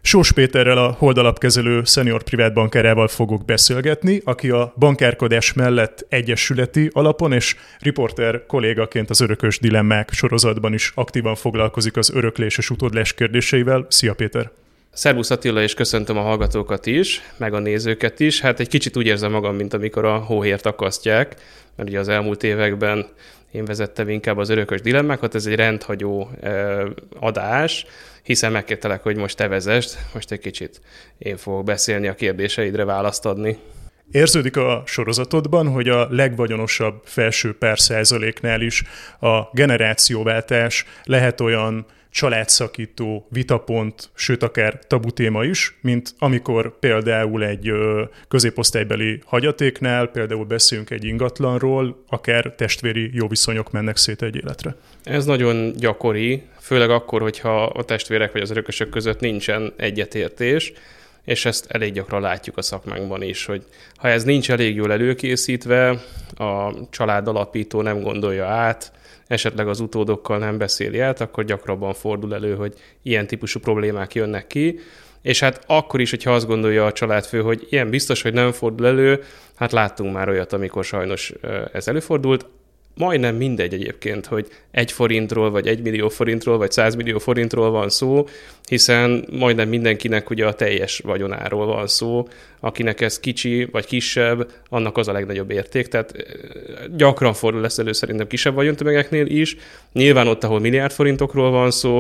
Sós Péterrel, a Hold alapkezelő szenior privát bankárával fogok beszélgetni, aki a bankárkodás mellett egyesületi alapon és riporter kollégaként az Örökös dilemmák sorozatban is aktívan foglalkozik az öröklés és utódlás kérdéseivel. Szia Péter! Szervusz Attila, és köszöntöm a hallgatókat is, meg a nézőket is. Hát egy kicsit úgy érzem magam, mint amikor a hóhért akasztják, mert ugye az elmúlt években én vezettem inkább az Örökös dilemmákat, ez egy rendhagyó adás, hiszen megkértelek, hogy most te vezesd, most egy kicsit én fogok beszélni, a kérdéseidre választ adni. Érződik a sorozatodban, hogy a legvagyonosabb felső pár százaléknál is a generációváltás lehet olyan családszakító vitapont, sőt akár tabutéma is, mint amikor például egy középosztálybeli hagyatéknál, például beszélünk egy ingatlanról, akár testvéri jó viszonyok mennek szét egy életre. Ez nagyon gyakori, főleg akkor, hogyha a testvérek vagy az örökösök között nincsen egyetértés, és ezt elég gyakran látjuk a szakmánkban is, hogy ha ez nincs elég jól előkészítve, a család alapító nem gondolja át, esetleg az utódokkal nem beszéli át, akkor gyakrabban fordul elő, hogy ilyen típusú problémák jönnek ki, és hát akkor is, hogyha azt gondolja a családfő, hogy ilyen biztos, hogy nem fordul elő, hát láttunk már olyat, amikor sajnos ez előfordult. Majdnem mindegy egyébként, hogy 1 forintról, vagy 1 millió forintról, vagy 100 millió forintról van szó, hiszen majdnem mindenkinek ugye a teljes vagyonáról van szó, akinek ez kicsi vagy kisebb, annak az a legnagyobb érték. Tehát gyakran fordul lesz elő szerintem kisebb vagyontömegeknél is. Nyilván ott, ahol milliárd forintokról van szó,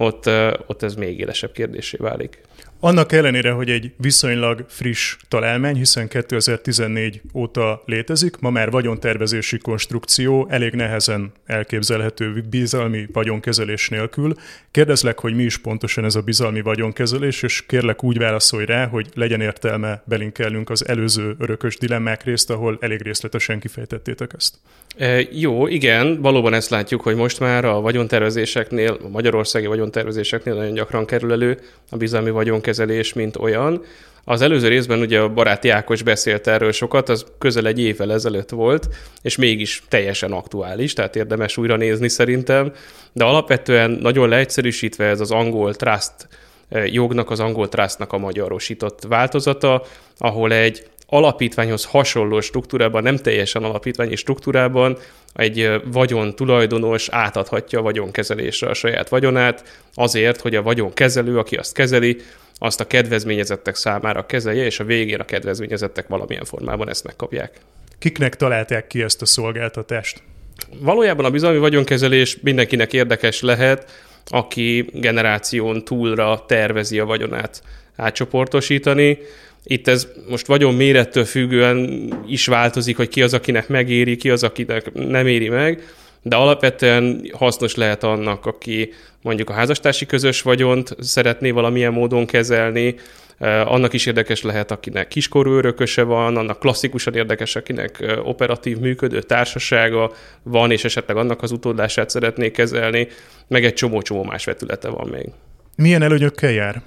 ott ez még élesebb kérdéssé válik. Annak ellenére, hogy egy viszonylag friss találmány, hiszen 2014 óta létezik, ma már vagyontervezési konstrukció elég nehezen elképzelhető bizalmi vagyonkezelés nélkül. Kérdezlek, hogy mi is pontosan ez a bizalmi vagyonkezelés, és kérlek úgy válaszolj rá, hogy legyen értelme belinkelnünk az előző Örökös dilemmák részt, ahol elég részletesen kifejtettétek ezt. Jó, igen, valóban ezt látjuk, hogy most már a vagyontervezéseknél, a magyarországi vagyontervezéseknél nagyon gyakran kerül elő a bizalmi vagyonkezelés, mint olyan. Az előző részben ugye a baráti Ákos beszélt erről sokat, az közel egy évvel ezelőtt volt, és mégis teljesen aktuális, tehát érdemes újra nézni szerintem, de alapvetően nagyon leegyszerűsítve ez az angol trust jognak, az angol trustnak a magyarosított változata, ahol egy alapítványhoz hasonló struktúrában, nem teljesen alapítványi struktúrában egy vagyon tulajdonos átadhatja a vagyonkezelésre a saját vagyonát azért, hogy a vagyonkezelő, aki azt kezeli, azt a kedvezményezettek számára kezelje, és a végén a kedvezményezettek valamilyen formában ezt megkapják. Kiknek találták ki ezt a szolgáltatást? Valójában a bizalmi vagyonkezelés mindenkinek érdekes lehet, aki generáción túlra tervezi a vagyonát átcsoportosítani. Itt ez most vagyon mérettől függően is változik, hogy ki az, akinek megéri, ki az, akinek nem éri meg, de alapvetően hasznos lehet annak, aki mondjuk a házastársi közös vagyont szeretné valamilyen módon kezelni, annak is érdekes lehet, akinek kiskorú örököse van, annak klasszikusan érdekes, akinek operatív működő társasága van, és esetleg annak az utódlását szeretné kezelni, meg egy csomó más vetülete van még. Milyen előnyökkel jár?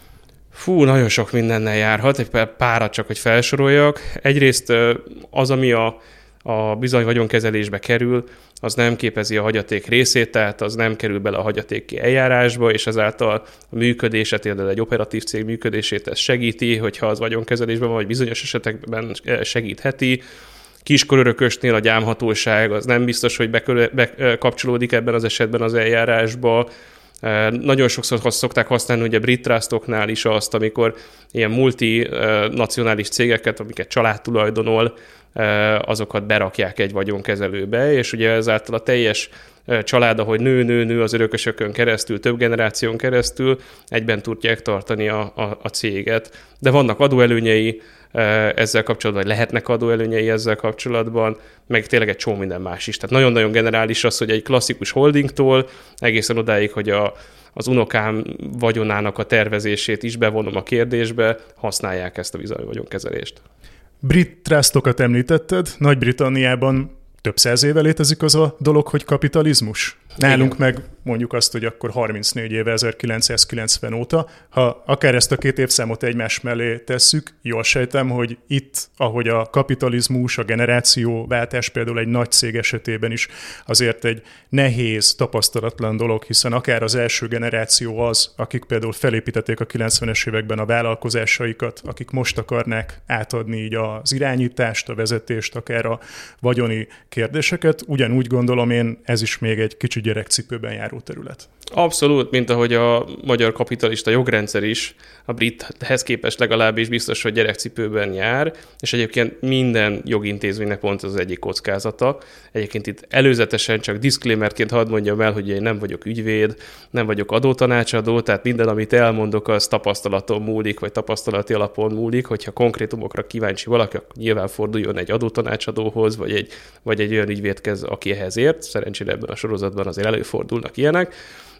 Nagyon sok mindennel járhat, egy párat csak, hogy felsoroljak. Egyrészt az, ami a bizalmi vagyonkezelésbe kerül, az nem képezi a hagyaték részét, tehát az nem kerül bele a hagyatéki eljárásba, és ezáltal a működését, például egy operatív cég működését ez segíti, hogyha az vagyonkezelésben van, vagy bizonyos esetekben segítheti. Kiskorörökösnél a gyámhatóság az nem biztos, hogy bekapcsolódik ebben az esetben az eljárásba. Nagyon sokszor szokták használni ugye a brit trustoknál is azt, amikor ilyen multinacionális cégeket, amiket család tulajdonol, azokat berakják egy vagyonkezelőbe, és ugye ezáltal a teljes család, ahogy nő az örökösökön keresztül, több generáción keresztül egyben tudják tartani a céget. De vannak adóelőnyei ezzel kapcsolatban, vagy lehetnek adóelőnyei ezzel kapcsolatban, meg tényleg egy csomó minden más is. Tehát nagyon-nagyon generális az, hogy egy klasszikus holdingtól egészen odáig, hogy az unokám vagyonának a tervezését is bevonom a kérdésbe, használják ezt a bizalmi vagyonkezelést. Brit trustokat említetted, Nagy-Britanniában több 100 éve létezik az a dolog, hogy kapitalizmus? Nálunk Igen. meg mondjuk azt, hogy akkor 34 éve 1990 óta, ha akár ezt a két évszámot egymás mellé tesszük, jól sejtem, hogy itt, ahogy a kapitalizmus, a generációváltás például egy nagy cég esetében is azért egy nehéz, tapasztalatlan dolog, hiszen akár az első generáció az, akik például felépítették a 90-es években a vállalkozásaikat, akik most akarnák átadni így az irányítást, a vezetést, akár a vagyoni kérdéseket, ugyanúgy gondolom én, ez is még egy kicsi gyerekcipőben járó terület. Abszolút, mint ahogy a magyar kapitalista jogrendszer is, a brithez képest legalábbis biztos, hogy gyerekcipőben jár, és egyébként minden jogintézménynek pont az egyik kockázata. Egyébként itt előzetesen csak disclaimerként hadd mondjam el, hogy én nem vagyok ügyvéd, nem vagyok adótanácsadó, tehát minden, amit elmondok, az tapasztalaton múlik, vagy tapasztalati alapon múlik, hogyha konkrétumokra kíváncsi valaki, akkor nyilván forduljon egy adótanácsadóhoz, vagy egy olyan ügyvédhez, aki ehhez ért. Szerencsére ebben a sorozatban azért előfordulnak ilyenek.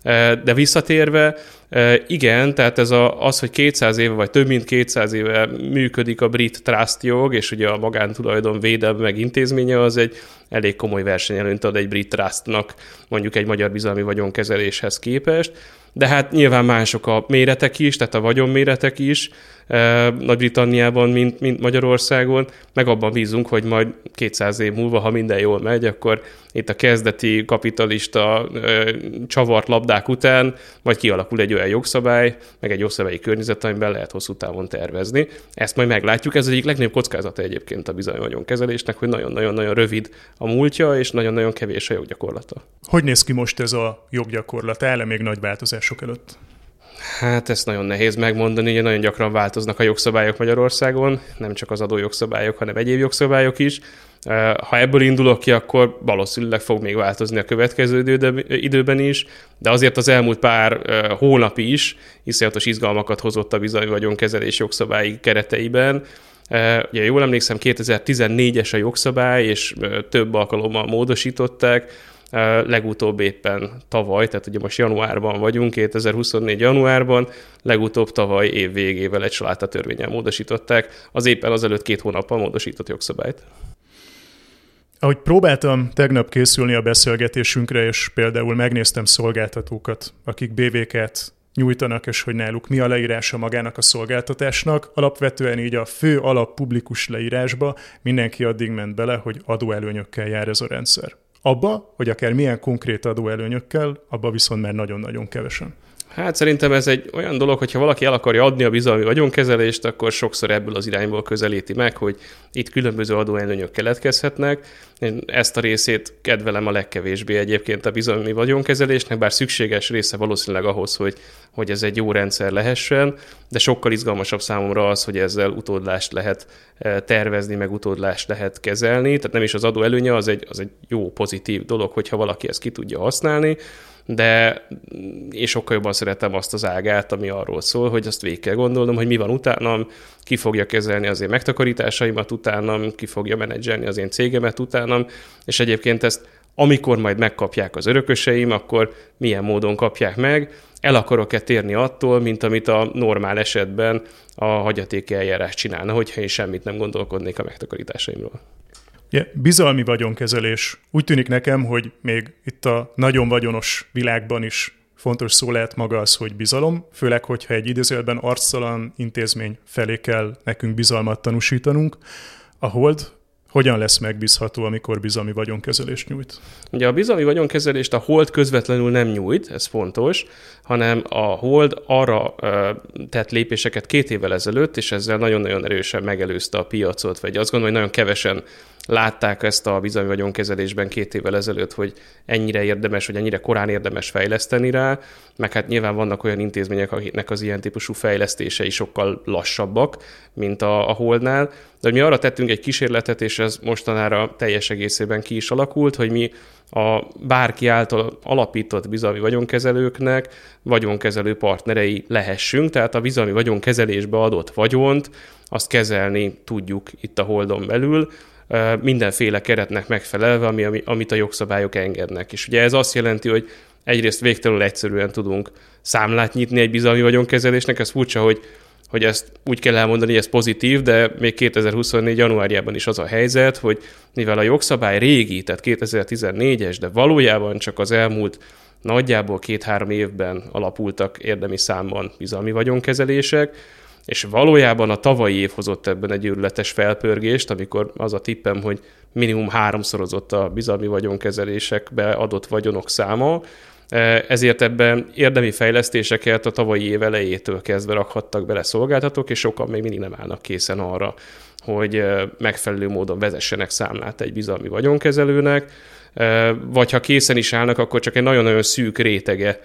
De visszatérve, igen, tehát ez az, hogy 200 éve, vagy több mint 200 éve működik a brit trust jog, és ugye a magántulajdon védelme meg intézménye, az egy elég komoly versenyelőnyt ad egy brit trustnak, mondjuk egy magyar bizalmi vagyonkezeléshez képest, de hát nyilván mások a méretek is, tehát a vagyonméretek is Nagy-Britanniában, mint Magyarországon, meg abban bízunk, hogy majd 200 év múlva, ha minden jól megy, akkor itt a kezdeti kapitalista csavart labdák után majd kialakul egy olyan jogszabály, meg egy jogszabályi környezet, amiben lehet hosszú távon tervezni. Ezt majd meglátjuk, ez egyik legnagyobb kockázata egyébként a bizalmi vagyonkezelésnek, hogy nagyon-nagyon rövid a múltja, és nagyon-nagyon kevés a joggyakorlata. Hogy néz ki most ez a joggyakorlat? Áll-e még nagy változások előtt? Hát ezt nagyon nehéz megmondani, ugye nagyon gyakran változnak a jogszabályok Magyarországon, nem csak az adójogszabályok, hanem egyéb jogszabályok is. Ha ebből indulok ki, akkor valószínűleg fog még változni a következő időben is, de azért az elmúlt pár hónap is iszonyatos izgalmakat hozott a bizalmi vagyonkezelés jogszabályi kereteiben. Ugye jól emlékszem, 2014-es a jogszabály, és több alkalommal módosították, legutóbb éppen tavaly, tehát ugye most januárban vagyunk, 2024 januárban, legutóbb tavaly év végével egy salátátörvénnyel módosították, az éppen azelőtt 2 hónappal módosított jogszabályt. Ahogy próbáltam tegnap készülni a beszélgetésünkre, és például megnéztem szolgáltatókat, akik BV-ket nyújtanak, és hogy náluk mi a leírása magának a szolgáltatásnak, alapvetően így a fő alap publikus leírásba mindenki addig ment bele, hogy adóelőnyökkel jár ez a rendszer. Abba, hogy akár milyen konkrét adóelőnyökkel, abba viszont már nagyon-nagyon kevesen. Hát szerintem ez egy olyan dolog, hogyha valaki el akarja adni a bizalmi vagyonkezelést, akkor sokszor ebből az irányból közelíti meg, hogy itt különböző adóelőnyök keletkezhetnek. Én ezt a részét kedvelem a legkevésbé egyébként a bizalmi vagyonkezelésnek, bár szükséges része valószínűleg ahhoz, hogy ez egy jó rendszer lehessen, de sokkal izgalmasabb számomra az, hogy ezzel utódlást lehet tervezni, meg utódlást lehet kezelni. Tehát nem is az adóelőnye, az egy jó, pozitív dolog, hogyha valaki ezt ki tudja használni, de én sokkal jobban szeretem azt az ágát, ami arról szól, hogy azt végig kell gondolnom, hogy mi van utánam, ki fogja kezelni az én megtakarításaimat utánam, ki fogja menedzselni az én cégemet utánam, és egyébként ezt amikor majd megkapják az örököseim, akkor milyen módon kapják meg, el akarok-e térni attól, mint amit a normál esetben a hagyatéki eljárás csinálna, hogyha én semmit nem gondolkodnék a megtakarításaimról. Bizalmi vagyonkezelés. Úgy tűnik nekem, hogy még itt a nagyon vagyonos világban is fontos szó lehet maga az, hogy bizalom, főleg, hogyha egy idézőjelben arctalan intézmény felé kell nekünk bizalmat tanúsítanunk. A Hold hogyan lesz megbízható, amikor bizalmi vagyonkezelést nyújt? Ugye a bizalmi vagyonkezelést a Hold közvetlenül nem nyújt, ez fontos, hanem a Hold arra tett lépéseket 2 évvel ezelőtt, és ezzel nagyon-nagyon erősen megelőzte a piacot, vagy azt gondolom, hogy nagyon kevesen látták ezt a bizalmi vagyonkezelésben 2 évvel ezelőtt, hogy ennyire érdemes, vagy ennyire korán érdemes fejleszteni rá, meg hát nyilván vannak olyan intézmények, akiknek az ilyen típusú fejlesztései sokkal lassabbak, mint a Holdnál, de mi arra tettünk egy kísérletet, és ez mostanára teljes egészében ki is alakult, hogy mi a bárki által alapított bizalmi vagyonkezelőknek vagyonkezelő partnerei lehessünk, tehát a bizalmi vagyonkezelésbe adott vagyont, azt kezelni tudjuk itt a Holdon belül, mindenféle keretnek megfelelve, amit a jogszabályok engednek. És ugye ez azt jelenti, hogy egyrészt végtelenül egyszerűen tudunk számlát nyitni egy bizalmi vagyonkezelésnek, ez furcsa, hogy hogy ezt úgy kell elmondani, hogy ez pozitív, de még 2024. januárjában is az a helyzet, hogy mivel a jogszabály régi, tehát 2014-es, de valójában csak az elmúlt nagyjából 2-3 évben alapultak érdemi számban bizalmi vagyonkezelések, és valójában a tavalyi év hozott ebben egy őrületes felpörgést, amikor az a tippem, hogy minimum 3-szorozott a bizalmi vagyonkezelésekbe adott vagyonok száma, ezért ebben érdemi fejlesztéseket a tavalyi év elejétől kezdve rakhattak bele szolgáltatók, és sokan még mindig nem állnak készen arra, hogy megfelelő módon vezessenek számlát egy bizalmi vagyonkezelőnek, vagy ha készen is állnak, akkor csak egy nagyon-nagyon szűk rétege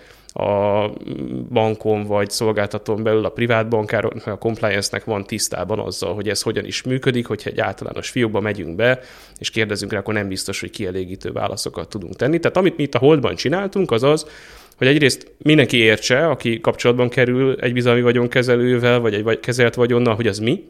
a bankon vagy szolgáltatón belül a privát bankárok, a compliance-nek van tisztában azzal, hogy ez hogyan is működik, hogyha egy általános fiókba megyünk be, és kérdezünk rá, akkor nem biztos, hogy kielégítő válaszokat tudunk tenni. Tehát amit mi itt a Holdban csináltunk, az az, hogy egyrészt mindenki értse, aki kapcsolatban kerül egy bizalmi vagyonkezelővel, vagy egy kezelt vagyonnal, hogy az mi.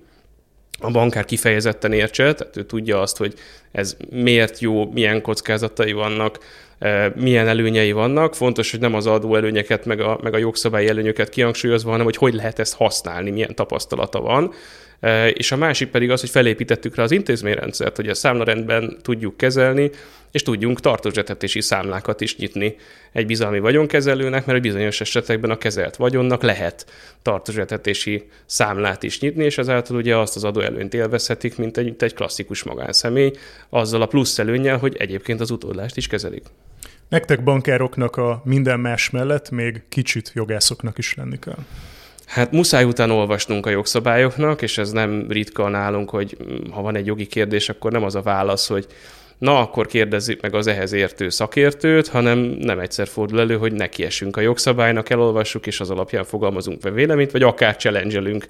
A bankár kifejezetten értse, tehát ő tudja azt, hogy ez miért jó, milyen kockázatai vannak, milyen előnyei vannak. Fontos, hogy nem az adóelőnyeket, meg a jogszabályi előnyöket kihangsúlyozva, hanem hogy lehet ezt használni, milyen tapasztalata van. És a másik pedig az, hogy felépítettük rá az intézményrendszert, hogy a számlarendben tudjuk kezelni, és tudjunk tartózsebtetési számlákat is nyitni egy bizalmi vagyonkezelőnek, mert bizonyos esetekben a kezelt vagyonnak lehet tartózsebtetési számlát is nyitni, és ezáltal ugye azt az adóelőnyt élvezhetik, mint egy klasszikus magánszemély, azzal a plusz előnnyel, hogy egyébként az utódlást is kezelik. Nektek bankároknak a minden más mellett még kicsit jogászoknak is lenni kell. Hát muszáj utána olvasnunk a jogszabályoknak, és ez nem ritka nálunk, hogy ha van egy jogi kérdés, akkor nem az a válasz, hogy na, akkor kérdezzük meg az ehhez értő szakértőt, hanem nem egyszer fordul elő, hogy nekiessünk a jogszabálynak, elolvassuk, és az alapján fogalmazunk be véleményt, vagy akár challenge-elünk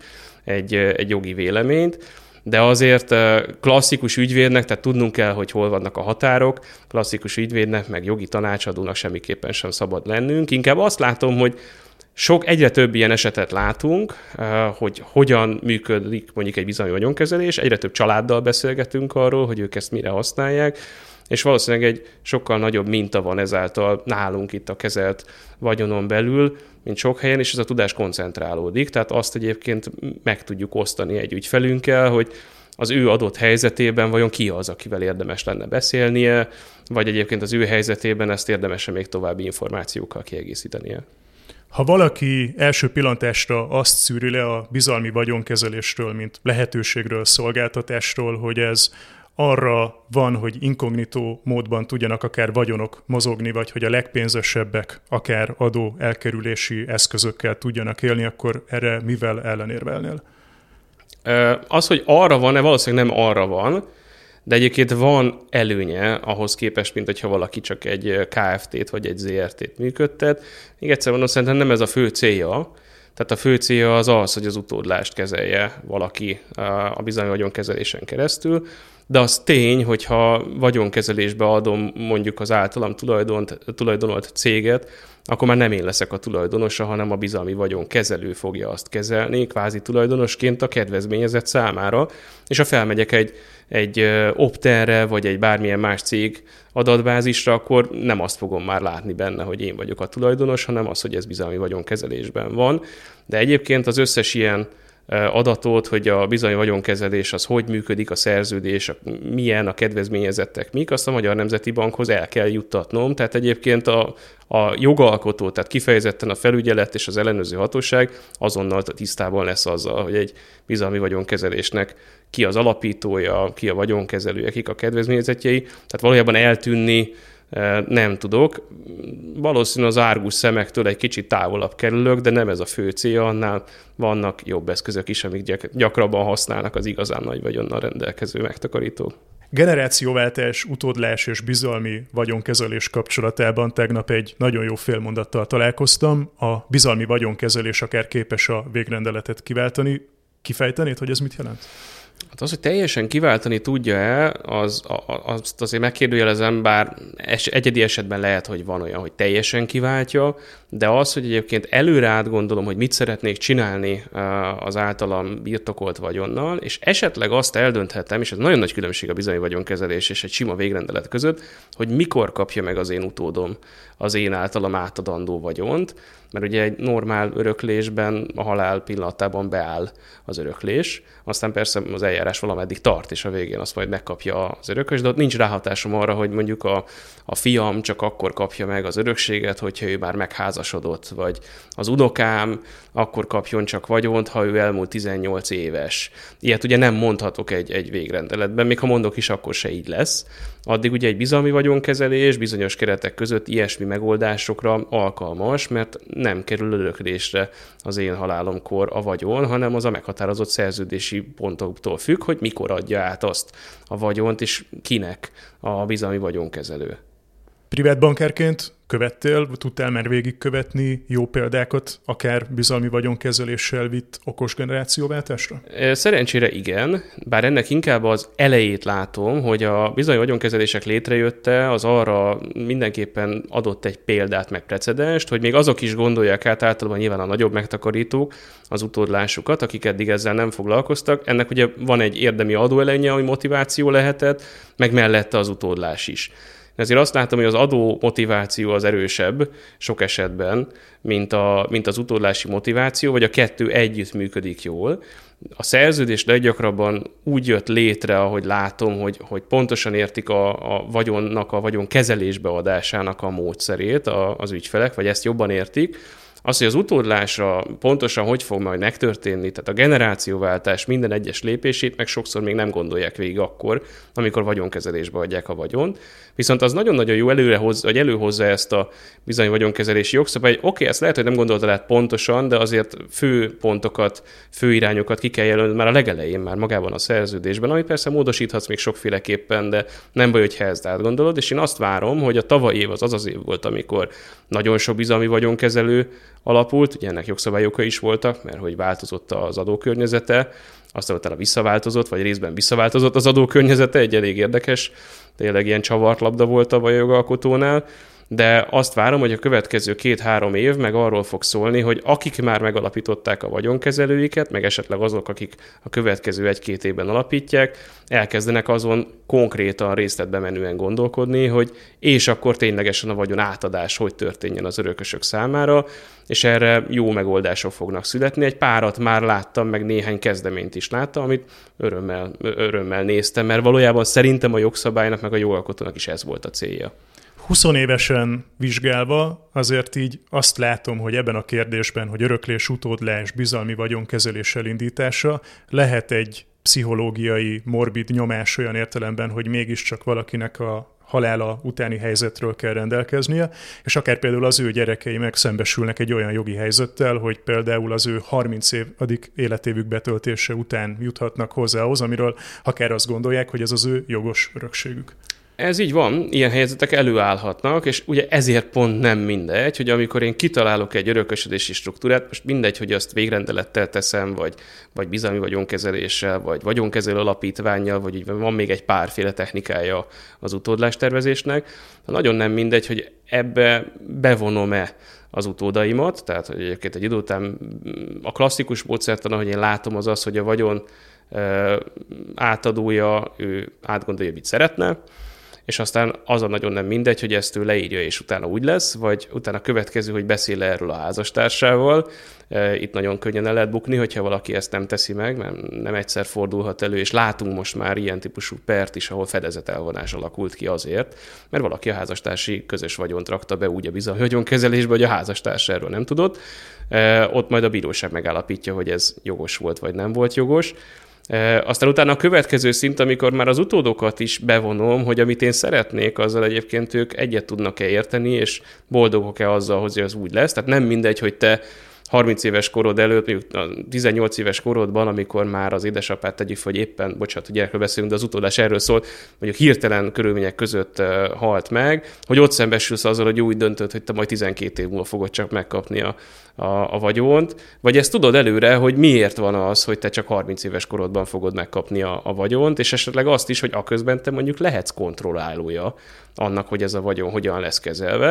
egy jogi véleményt. De azért klasszikus ügyvédnek, tehát tudnunk kell, hogy hol vannak a határok, klasszikus ügyvédnek, meg jogi tanácsadónak semmiképpen sem szabad lennünk. Inkább azt látom, hogy egyre több ilyen esetet látunk, hogy hogyan működik mondjuk egy bizalmi vagyonkezelés, egyre több családdal beszélgetünk arról, hogy ők ezt mire használják, és valószínűleg egy sokkal nagyobb minta van ezáltal nálunk itt a kezelt vagyonon belül, mint sok helyen, és ez a tudás koncentrálódik, tehát azt egyébként meg tudjuk osztani egy ügyfelünkkel, hogy az ő adott helyzetében vajon ki az, akivel érdemes lenne beszélnie, vagy egyébként az ő helyzetében ezt érdemes még további információkkal kiegészítenie. Ha valaki első pillantásra azt szűri le a bizalmi vagyonkezelésről, mint lehetőségről, szolgáltatásról, hogy ez arra van, hogy inkognitó módban tudjanak akár vagyonok mozogni, vagy hogy a legpénzesebbek akár adó elkerülési eszközökkel tudjanak élni, akkor erre mivel ellenérvelnél? Az, hogy arra van-e, valószínűleg nem arra van, de egyébként van előnye ahhoz képest, mint hogyha valaki csak egy KFT-t vagy egy ZRT-t működtet. Még egyszer mondom, szerintem nem ez a fő célja. Tehát a fő célja az, hogy az utódlást kezelje valaki a bizalmi vagyonkezelésen keresztül, de az tény, hogyha vagyonkezelésbe adom mondjuk az általam tulajdonolt céget, akkor már nem én leszek a tulajdonosa, hanem a bizalmi vagyonkezelő fogja azt kezelni, kvázi tulajdonosként a kedvezményezett számára, és ha felmegyek egy Optenre, vagy egy bármilyen más cég adatbázisra, akkor nem azt fogom már látni benne, hogy én vagyok a tulajdonos, hanem az, hogy ez bizalmi vagyonkezelésben van. De egyébként az összes ilyen adatot, hogy a bizalmi vagyonkezelés az hogy működik, a szerződés, milyen a kedvezményezettek, mik, azt a Magyar Nemzeti Bankhoz el kell juttatnom. Tehát egyébként a jogalkotó, tehát kifejezetten a felügyelet és az ellenőrző hatóság azonnal tisztában lesz azzal, hogy egy bizalmi vagyonkezelésnek ki az alapítója, ki a vagyonkezelője, kik a kedvezményezetjei. Tehát valójában eltűnni nem tudok. Valószínűleg az árgus szemektől egy kicsit távolabb kerülök, de nem ez a fő célja, annál vannak jobb eszközök is, amik gyakrabban használnak az igazán nagy vagyonnal rendelkező megtakarítók. Generációváltás, utódlás és bizalmi vagyonkezelés kapcsolatában tegnap egy nagyon jó félmondattal találkoztam. A bizalmi vagyonkezelés akár képes a végrendeletet kiváltani. Kifejtenéd, hogy ez mit jelent? Hát az, hogy teljesen kiváltani tudja-e, azt azért megkérdőjelezem, bár egyedi esetben lehet, hogy van olyan, hogy teljesen kiváltja, de az, hogy egyébként előre átgondolom, hogy mit szeretnék csinálni az általam birtokolt vagyonnal, és esetleg azt eldönthetem, és ez nagyon nagy különbség a bizalmi vagyonkezelés és egy sima végrendelet között, hogy mikor kapja meg az én utódom az én általam átadandó vagyont, Mert ugye egy normál öröklésben a halál pillanatában beáll az öröklés, aztán persze az eljárás valameddig tart, és a végén azt majd megkapja az örökös, de ott nincs ráhatásom arra, hogy mondjuk a fiam csak akkor kapja meg az örökséget, hogyha ő már megházasodott, vagy az unokám akkor kapjon csak vagyont, ha ő elmúlt 18 éves. Ilyet ugye nem mondhatok egy végrendeletben, még ha mondok is, akkor se így lesz. Addig ugye egy bizalmi vagyonkezelés bizonyos keretek között ilyesmi megoldásokra alkalmas, mert nem kerül öröklésre az én halálomkor a vagyon, hanem az a meghatározott szerződési pontoktól függ, hogy mikor adja át azt a vagyont, és kinek a bizalmi vagyonkezelő. Privát bankárként tudtál már végigkövetni jó példákat, akár bizalmi vagyonkezeléssel vitt okos generációváltásra? Szerencsére igen, bár ennek inkább az elejét látom, hogy a bizalmi vagyonkezelések létrejötte, az arra mindenképpen adott egy példát, meg precedenst, hogy még azok is gondolják át, általában nyilván a nagyobb megtakarítók, az utódlásukat, akik eddig ezzel nem foglalkoztak. Ennek ugye van egy érdemi adóelenye, ami motiváció lehetett, meg mellette az utódlás is. Ezért azt látom, hogy az adó motiváció az erősebb sok esetben, mint az utódlási motiváció, vagy a kettő együtt működik jól. A szerződés leggyakrabban úgy jött létre, ahogy látom, hogy pontosan értik a vagyonnak, a vagyon kezelésbe adásának a módszerét az ügyfelek, vagy ezt jobban értik. Az, hogy az utódlásra pontosan hogy fog majd megtörténni, tehát a generációváltás minden egyes lépését meg sokszor még nem gondolják végig akkor, amikor vagyonkezelésbe adják a vagyont. Viszont az nagyon-nagyon jó előhozza ezt a bizony vagyonkezelési jogszabály. Oké, ezt lehet, hogy nem gondolta át pontosan, de azért fő pontokat, fő irányokat ki kell jelölni már a legelején, már magában a szerződésben, amit persze módosíthatsz még sokféleképpen, de nem baj, hogy ezt átgondolod, és én azt várom, hogy a tavalyi év az év volt, amikor nagyon sok bizalmi vagyonkezelő alapult, ugye ennek jogszabályokai is voltak, mert hogy változott az adókörnyezete, aztán utána visszaváltozott, vagy részben visszaváltozott az adókörnyezete, egy elég érdekes, tényleg ilyen csavart labda volt a jogalkotónál, de azt várom, hogy a következő 2-3 év meg arról fog szólni, hogy akik már megalapították a vagyonkezelőiket, meg esetleg azok, akik a következő 1-2 évben alapítják, elkezdenek azon konkrétan részletbe menően gondolkodni, hogy és akkor ténylegesen a vagyon átadás hogy történjen az örökösök számára, és erre jó megoldások fognak születni. Egy párat már láttam, meg néhány kezdeményt is láttam, amit örömmel néztem, mert valójában szerintem a jogszabálynak, meg a jogalkotónak is ez volt a célja. 20 évesen vizsgálva azért így azt látom, hogy ebben a kérdésben, hogy öröklés, utódlás, bizalmi vagyonkezelés elindítása lehet egy pszichológiai, morbid nyomás olyan értelemben, hogy mégiscsak valakinek a halála utáni helyzetről kell rendelkeznie, és akár például az ő gyerekei meg szembesülnek egy olyan jogi helyzettel, hogy például az ő 30 évadik életévük betöltése után juthatnak hozzához, amiről akár azt gondolják, hogy ez az ő jogos örökségük. Ez így van, ilyen helyzetek előállhatnak, és ugye ezért pont nem mindegy, hogy amikor én kitalálok egy örökösödési struktúrát, most mindegy, hogy azt végrendelettel teszem, vagy bizalmi vagyonkezeléssel, vagy vagyonkezelő alapítvánnyal, vagy így van még egy párféle technikája az utódlástervezésnek. Nagyon nem mindegy, hogy ebbe bevonom-e az utódaimat, tehát hogy egyébként egy idő után a klasszikus módszertan, ahogy én látom, az, hogy a vagyon átadója, ő átgondolja, mit szeretne, és aztán az a nagyon nem mindegy, hogy ezt ő leírja, és utána úgy lesz, vagy utána következő, hogy beszél erről a házastársával. Itt nagyon könnyen el lehet bukni, hogyha valaki ezt nem teszi meg, mert nem egyszer fordulhat elő, és látunk most már ilyen típusú pert is, ahol fedezetelvonás alakult ki azért, mert valaki a házastársi közös vagyont rakta be úgy a bizalmi vagyonkezelésbe, hogy a házastárs erről nem tudott. Ott majd a bíróság megállapítja, hogy ez jogos volt, vagy nem volt jogos. Aztán utána a következő szint, amikor már az utódokat is bevonom, hogy amit én szeretnék, azzal egyébként ők egyet tudnak-e érteni, és boldogok-e azzal, hogy ez úgy lesz. Tehát nem mindegy, hogy te 30 éves korod előtt, 18 éves korodban, amikor már az édesapát tegyük, vagy éppen, bocsánat, hogy gyerekről beszélünk, de az utódlás erről szól, mondjuk hirtelen körülmények között halt meg, hogy ott szembesülsz azzal, hogy úgy döntött, hogy te majd 12 év múlva fogod csak megkapni a vagyont, vagy ezt tudod előre, hogy miért van az, hogy te csak 30 éves korodban fogod megkapni a vagyont, és esetleg azt is, hogy aközben te mondjuk lehetsz kontrollálója annak, hogy ez a vagyon hogyan lesz kezelve.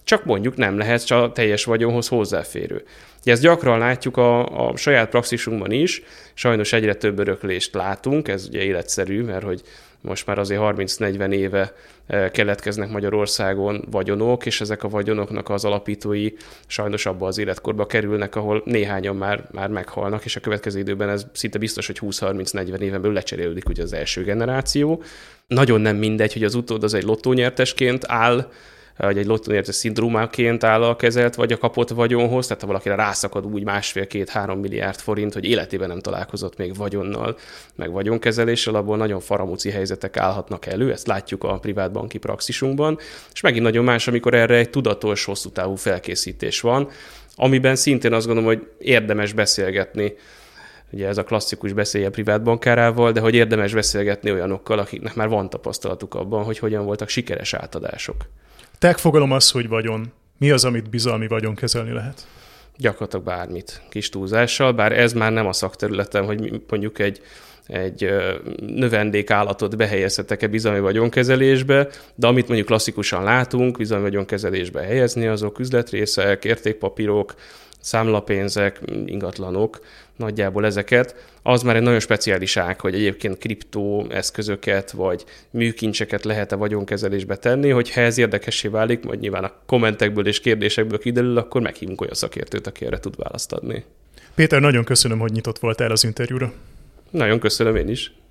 csak mondjuk nem lehet a teljes vagyonhoz hozzáférő. Ugye ezt gyakran látjuk a saját praxisunkban is, sajnos egyre több öröklést látunk, ez ugye életszerű, mert hogy most már azért 30-40 éve keletkeznek Magyarországon vagyonok, és ezek a vagyonoknak az alapítói sajnos abba az életkorba kerülnek, ahol néhányan már meghalnak, és a következő időben ez szinte biztos, hogy 20-30-40 éven belül lecserélődik ugye az első generáció. Nagyon nem mindegy, hogy az utód az egy lottónyertesként áll, vagy egy lottónyertes szindrómáként áll a kezelt vagy a kapott vagyonhoz, tehát ha valakire rászakad úgy 1,5-2-3 milliárd forint, hogy életében nem találkozott még vagyonnal, meg vagyonkezeléssel, abból nagyon faramúci helyzetek állhatnak elő, ezt látjuk a privátbanki praxisunkban, és megint nagyon más, amikor erre egy tudatos, hosszú távú felkészítés van, amiben szintén azt gondolom, hogy érdemes beszélgetni. Ugye ez a klasszikus beszélje privátbankárával, de hogy érdemes beszélgetni olyanokkal, akiknek már van tapasztalatuk abban, hogy hogyan voltak sikeres átadások. Tágfogalom az, hogy vagyon. Mi az, amit bizalmi vagyon kezelni lehet? Gyakorlatilag bármit, kis túlzással, bár ez már nem a szakterületem, hogy mondjuk egy növendékállatot behelyezhetek-e bizalmi vagyonkezelésbe, de amit mondjuk klasszikusan látunk, bizalmi vagyonkezelésbe helyezni, azok üzletrészek, értékpapírok, számlapénzek, ingatlanok, nagyjából ezeket. Az már egy nagyon speciális ág, hogy egyébként kriptóeszközöket vagy műkincseket lehet-e vagyonkezelésbe tenni, hogyha ez érdekessé válik, majd nyilván a kommentekből és kérdésekből kiderül, akkor meghívunk olyan szakértőt, aki erre tud választ adni. Péter, nagyon köszönöm, hogy nyitott voltál az interjúra. Nagyon köszönöm én is.